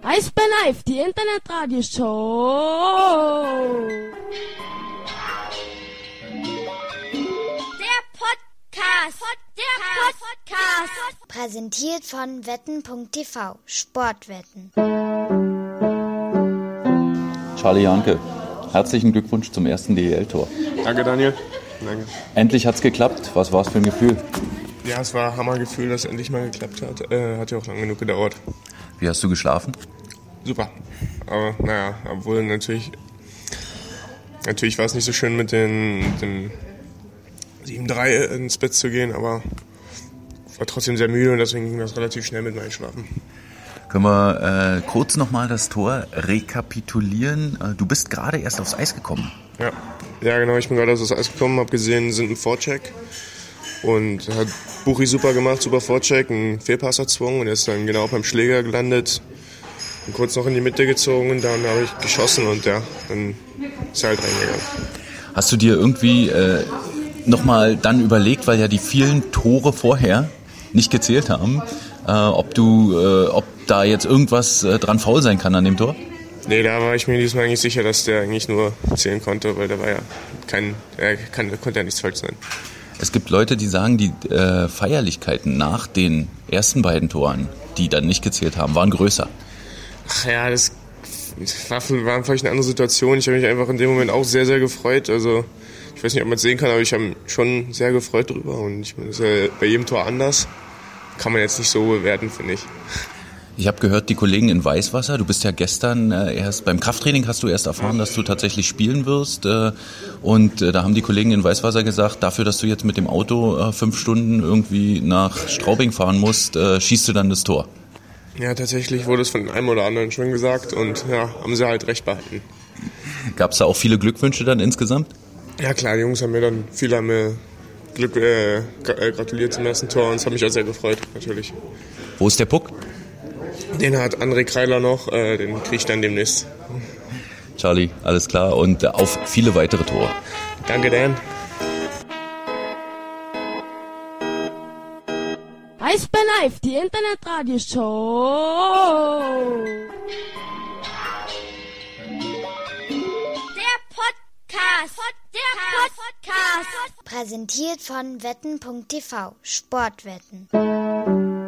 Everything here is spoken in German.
Eisbär Live, die Internetradioshow. Der Podcast. Präsentiert von wetten.tv. Sportwetten. Charlie Janke, herzlichen Glückwunsch zum ersten DEL-Tor. Danke, Daniel. Danke. Endlich hat's geklappt. Was war's für ein Gefühl? Ja, es war ein Hammergefühl, dass es endlich mal geklappt hat. Hat ja auch lange genug gedauert. Wie hast du geschlafen? Super. Aber naja, obwohl natürlich war es nicht so schön mit dem 7-3 ins Bett zu gehen, aber war trotzdem sehr müde und deswegen ging das relativ schnell mit dem Einschlafen. Können wir kurz nochmal das Tor rekapitulieren? Du bist gerade erst aufs Eis gekommen. Ja, genau, ich bin gerade aufs Eis gekommen, habe gesehen, sind ein Vorcheck und hat Buchi super gemacht, super Vorcheck, einen Fehlpass erzwungen und er ist dann genau beim Schläger gelandet und kurz noch in die Mitte gezogen und dann habe ich geschossen und ja, dann ist er halt reingegangen. Hast du dir irgendwie nochmal dann überlegt, weil ja die vielen Tore vorher nicht gezählt haben, ob da jetzt irgendwas dran faul sein kann an dem Tor? Nee, da war ich mir diesmal eigentlich sicher, dass der eigentlich nur zählen konnte, weil da war ja konnte ja nichts falsch sein. Es gibt Leute, die sagen, die Feierlichkeiten nach den ersten beiden Toren, die dann nicht gezählt haben, waren größer. Ach ja, das war vielleicht eine andere Situation. Ich habe mich einfach in dem Moment auch sehr, sehr gefreut. Also ich weiß nicht, ob man es sehen kann, aber ich habe mich schon sehr gefreut drüber. Und ich meine, das ist ja bei jedem Tor anders. Kann man jetzt nicht so bewerten, finde ich. Ich habe gehört, die Kollegen in Weißwasser, du bist ja gestern erst beim Krafttraining, hast du erst erfahren, dass du tatsächlich spielen wirst. Und da haben die Kollegen in Weißwasser gesagt, dafür, dass du jetzt mit dem Auto 5 Stunden irgendwie nach Straubing fahren musst, schießt du dann das Tor. Ja, tatsächlich wurde es von einem oder anderen schon gesagt und ja, haben sie halt recht behalten. Gab es da auch viele Glückwünsche dann insgesamt? Ja klar, die Jungs viele haben mir gratuliert zum ersten Tor und es hat mich auch sehr gefreut, natürlich. Wo ist der Puck? Den hat André Kreiler noch, den kriege ich dann demnächst. Charlie, alles klar und auf viele weitere Tore. Danke, Dan. Eisbär Live, die Internetradioshow. Der Podcast. Präsentiert von wetten.tv. Sportwetten.